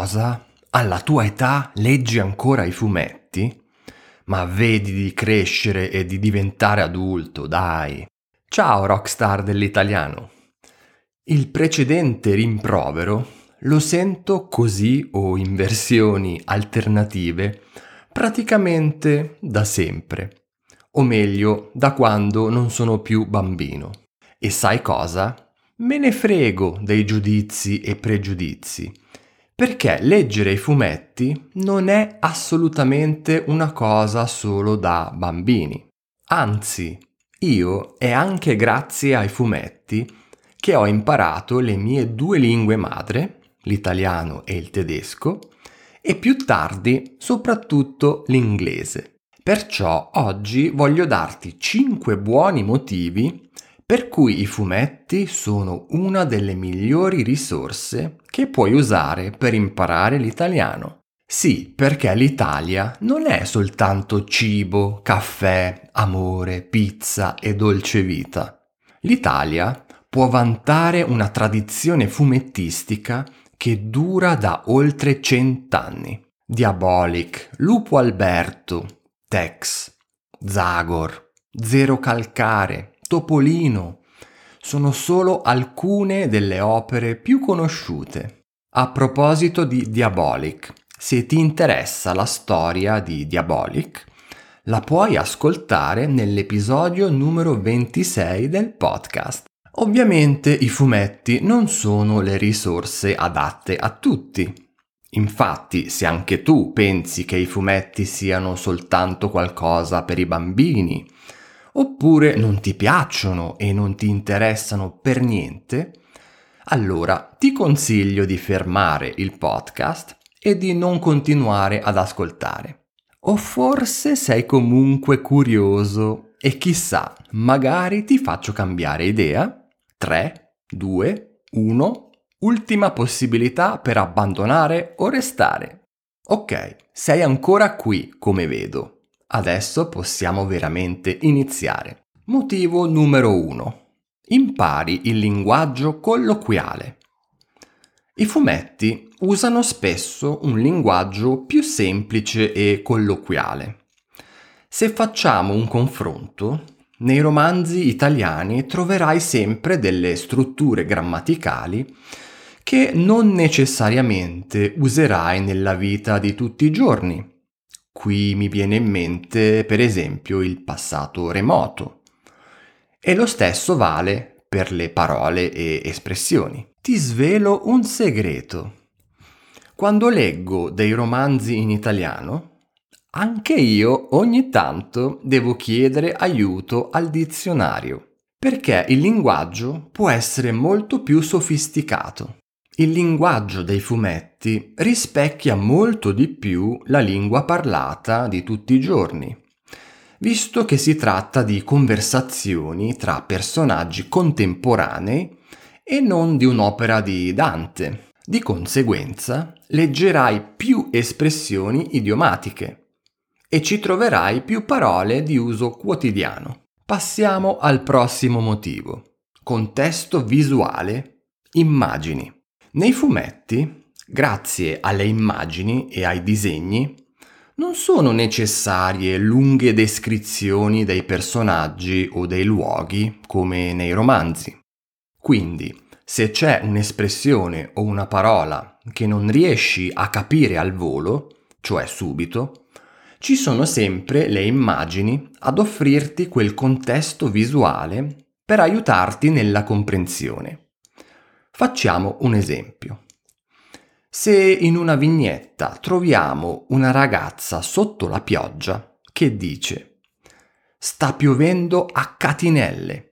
Cosa? Alla tua età leggi ancora i fumetti? Ma vedi di crescere e di diventare adulto, dai. Ciao rockstar dell'italiano. Il precedente rimprovero lo sento così o in versioni alternative praticamente da sempre. O meglio, da quando non sono più bambino. E sai cosa? Me ne frego dei giudizi e pregiudizi, perché leggere i fumetti non è assolutamente una cosa solo da bambini. Anzi, io è anche grazie ai fumetti che ho imparato le mie due lingue madre, l'italiano e il tedesco, e più tardi soprattutto l'inglese. Perciò oggi voglio darti 5 buoni motivi per cui i fumetti sono una delle migliori risorse che puoi usare per imparare l'italiano. Sì, perché l'Italia non è soltanto cibo, caffè, amore, pizza e dolce vita. L'Italia può vantare una tradizione fumettistica che dura da oltre 100 anni. Diabolic, Lupo Alberto, Tex, Zagor, Zero Calcare, Topolino sono solo alcune delle opere più conosciute. A proposito di Diabolic, se ti interessa la storia di Diabolic, la puoi ascoltare nell'episodio numero 26 del podcast. Ovviamente i fumetti non sono le risorse adatte a tutti. Infatti, se anche tu pensi che i fumetti siano soltanto qualcosa per i bambini, oppure non ti piacciono e non ti interessano per niente, allora ti consiglio di fermare il podcast e di non continuare ad ascoltare. O forse sei comunque curioso e chissà, magari ti faccio cambiare idea. 3, 2, 1, ultima possibilità per abbandonare o restare. Ok, sei ancora qui, come vedo. Adesso possiamo veramente iniziare. Motivo numero 1. Impari il linguaggio colloquiale. I fumetti usano spesso un linguaggio più semplice e colloquiale. Se facciamo un confronto, nei romanzi italiani troverai sempre delle strutture grammaticali che non necessariamente userai nella vita di tutti i giorni. Qui mi viene in mente, per esempio, il passato remoto. E lo stesso vale per le parole e espressioni. Ti svelo un segreto. Quando leggo dei romanzi in italiano, anche io ogni tanto devo chiedere aiuto al dizionario, perché il linguaggio può essere molto più sofisticato. Il linguaggio dei fumetti rispecchia molto di più la lingua parlata di tutti i giorni, visto che si tratta di conversazioni tra personaggi contemporanei e non di un'opera di Dante. Di conseguenza, leggerai più espressioni idiomatiche e ci troverai più parole di uso quotidiano. Passiamo al prossimo motivo. Contesto visuale, immagini. Nei fumetti, grazie alle immagini e ai disegni, non sono necessarie lunghe descrizioni dei personaggi o dei luoghi come nei romanzi. Quindi, se c'è un'espressione o una parola che non riesci a capire al volo, cioè subito, ci sono sempre le immagini ad offrirti quel contesto visuale per aiutarti nella comprensione. Facciamo un esempio. Se in una vignetta troviamo una ragazza sotto la pioggia che dice «Sta piovendo a catinelle»,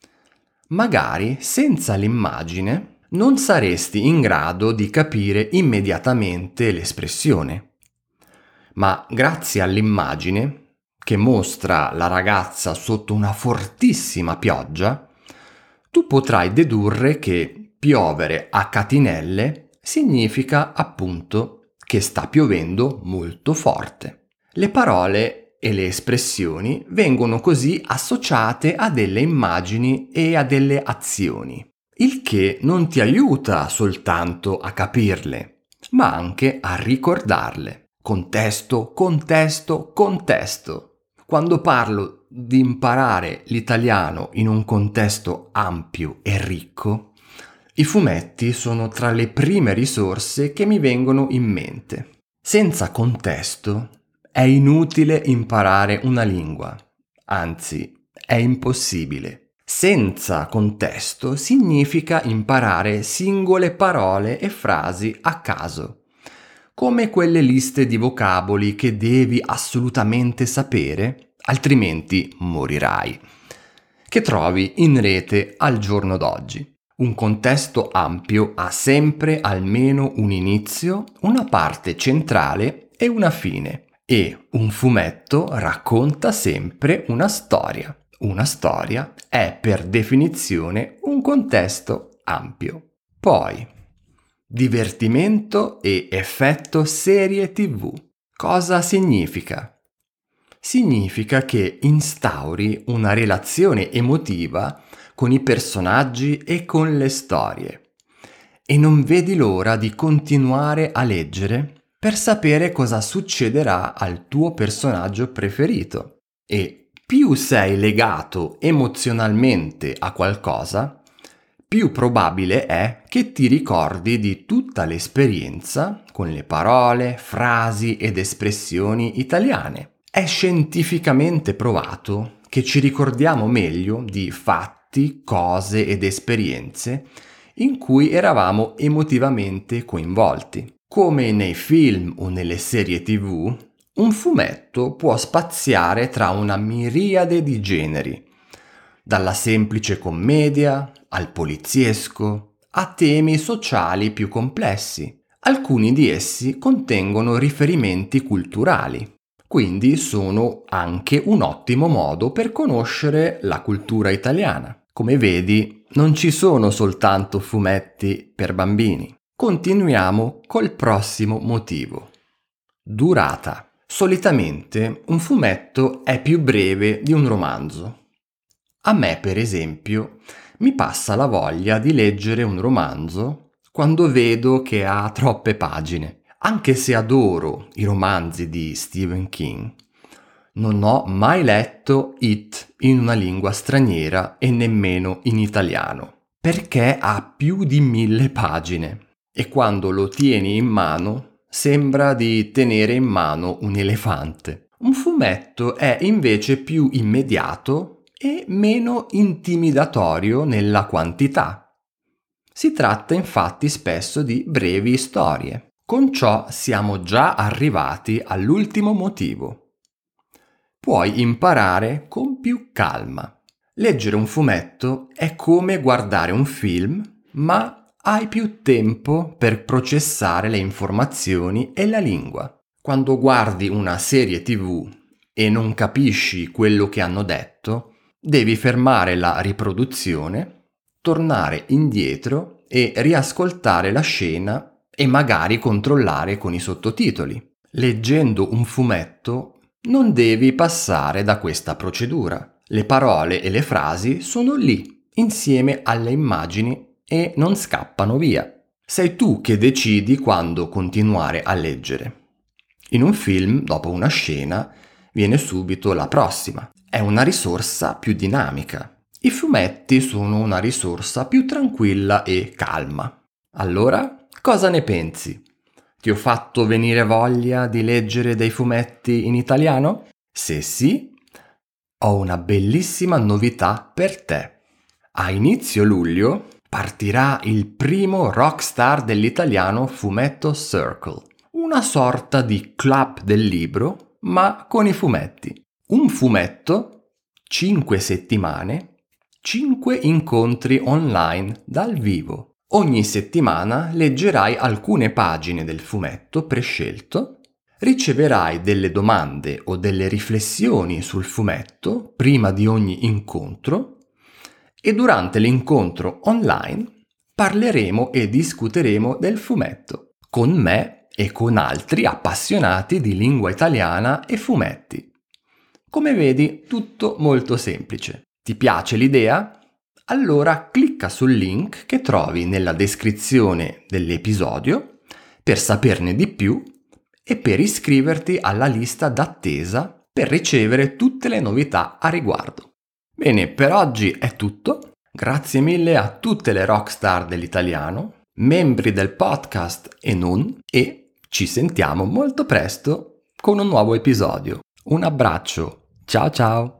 magari senza l'immagine non saresti in grado di capire immediatamente l'espressione. Ma grazie all'immagine, che mostra la ragazza sotto una fortissima pioggia, tu potrai dedurre che piovere a catinelle significa appunto che sta piovendo molto forte. Le parole e le espressioni vengono così associate a delle immagini e a delle azioni, il che non ti aiuta soltanto a capirle, ma anche a ricordarle. Contesto, contesto, contesto. Quando parlo di imparare l'italiano in un contesto ampio e ricco, i fumetti sono tra le prime risorse che mi vengono in mente. Senza contesto è inutile imparare una lingua, anzi, è impossibile. Senza contesto significa imparare singole parole e frasi a caso, come quelle liste di vocaboli che devi assolutamente sapere, altrimenti morirai, che trovi in rete al giorno d'oggi. Un contesto ampio ha sempre almeno un inizio, una parte centrale e una fine. E un fumetto racconta sempre una storia. Una storia è per definizione un contesto ampio. Poi, divertimento e effetto serie TV. Cosa significa? Significa che instauri una relazione emotiva con i personaggi e con le storie e non vedi l'ora di continuare a leggere per sapere cosa succederà al tuo personaggio preferito. E più sei legato emozionalmente a qualcosa, più probabile è che ti ricordi di tutta l'esperienza con le parole, frasi ed espressioni italiane. È scientificamente provato che ci ricordiamo meglio di fatti, cose ed esperienze in cui eravamo emotivamente coinvolti. Come nei film o nelle serie TV, un fumetto può spaziare tra una miriade di generi, dalla semplice commedia al poliziesco a temi sociali più complessi. Alcuni di essi contengono riferimenti culturali, quindi sono anche un ottimo modo per conoscere la cultura italiana. Come vedi, non ci sono soltanto fumetti per bambini. Continuiamo col prossimo motivo. Durata. Solitamente un fumetto è più breve di un romanzo. A me, per esempio, mi passa la voglia di leggere un romanzo quando vedo che ha troppe pagine. Anche se adoro i romanzi di Stephen King, non ho mai letto It in una lingua straniera e nemmeno in italiano, perché ha più di 1000 pagine. E quando lo tieni in mano sembra di tenere in mano un elefante. Un fumetto è invece più immediato e meno intimidatorio nella quantità. Si tratta infatti spesso di brevi storie. Con ciò siamo già arrivati all'ultimo motivo. Puoi imparare con più calma. Leggere un fumetto è come guardare un film, ma hai più tempo per processare le informazioni e la lingua. Quando guardi una serie TV e non capisci quello che hanno detto, devi fermare la riproduzione, tornare indietro e riascoltare la scena e magari controllare con i sottotitoli. Leggendo un fumetto non devi passare da questa procedura. Le parole e le frasi sono lì, insieme alle immagini e non scappano via. Sei tu che decidi quando continuare a leggere. In un film, dopo una scena, viene subito la prossima. È una risorsa più dinamica. I fumetti sono una risorsa più tranquilla e calma. Allora, cosa ne pensi? Ti ho fatto venire voglia di leggere dei fumetti in italiano? Se sì, ho una bellissima novità per te. A inizio luglio partirà il primo rockstar dell'italiano Fumetto Circle, una sorta di club del libro, ma con i fumetti. Un fumetto, 5 settimane, 5 incontri online dal vivo. Ogni settimana leggerai alcune pagine del fumetto prescelto, riceverai delle domande o delle riflessioni sul fumetto prima di ogni incontro e durante l'incontro online parleremo e discuteremo del fumetto con me e con altri appassionati di lingua italiana e fumetti. Come vedi, tutto molto semplice. Ti piace l'idea? Allora clicca sul link che trovi nella descrizione dell'episodio per saperne di più e per iscriverti alla lista d'attesa per ricevere tutte le novità a riguardo. Bene, per oggi è tutto. Grazie mille a tutte le rockstar dell'italiano, membri del podcast e non, e ci sentiamo molto presto con un nuovo episodio. Un abbraccio, ciao ciao!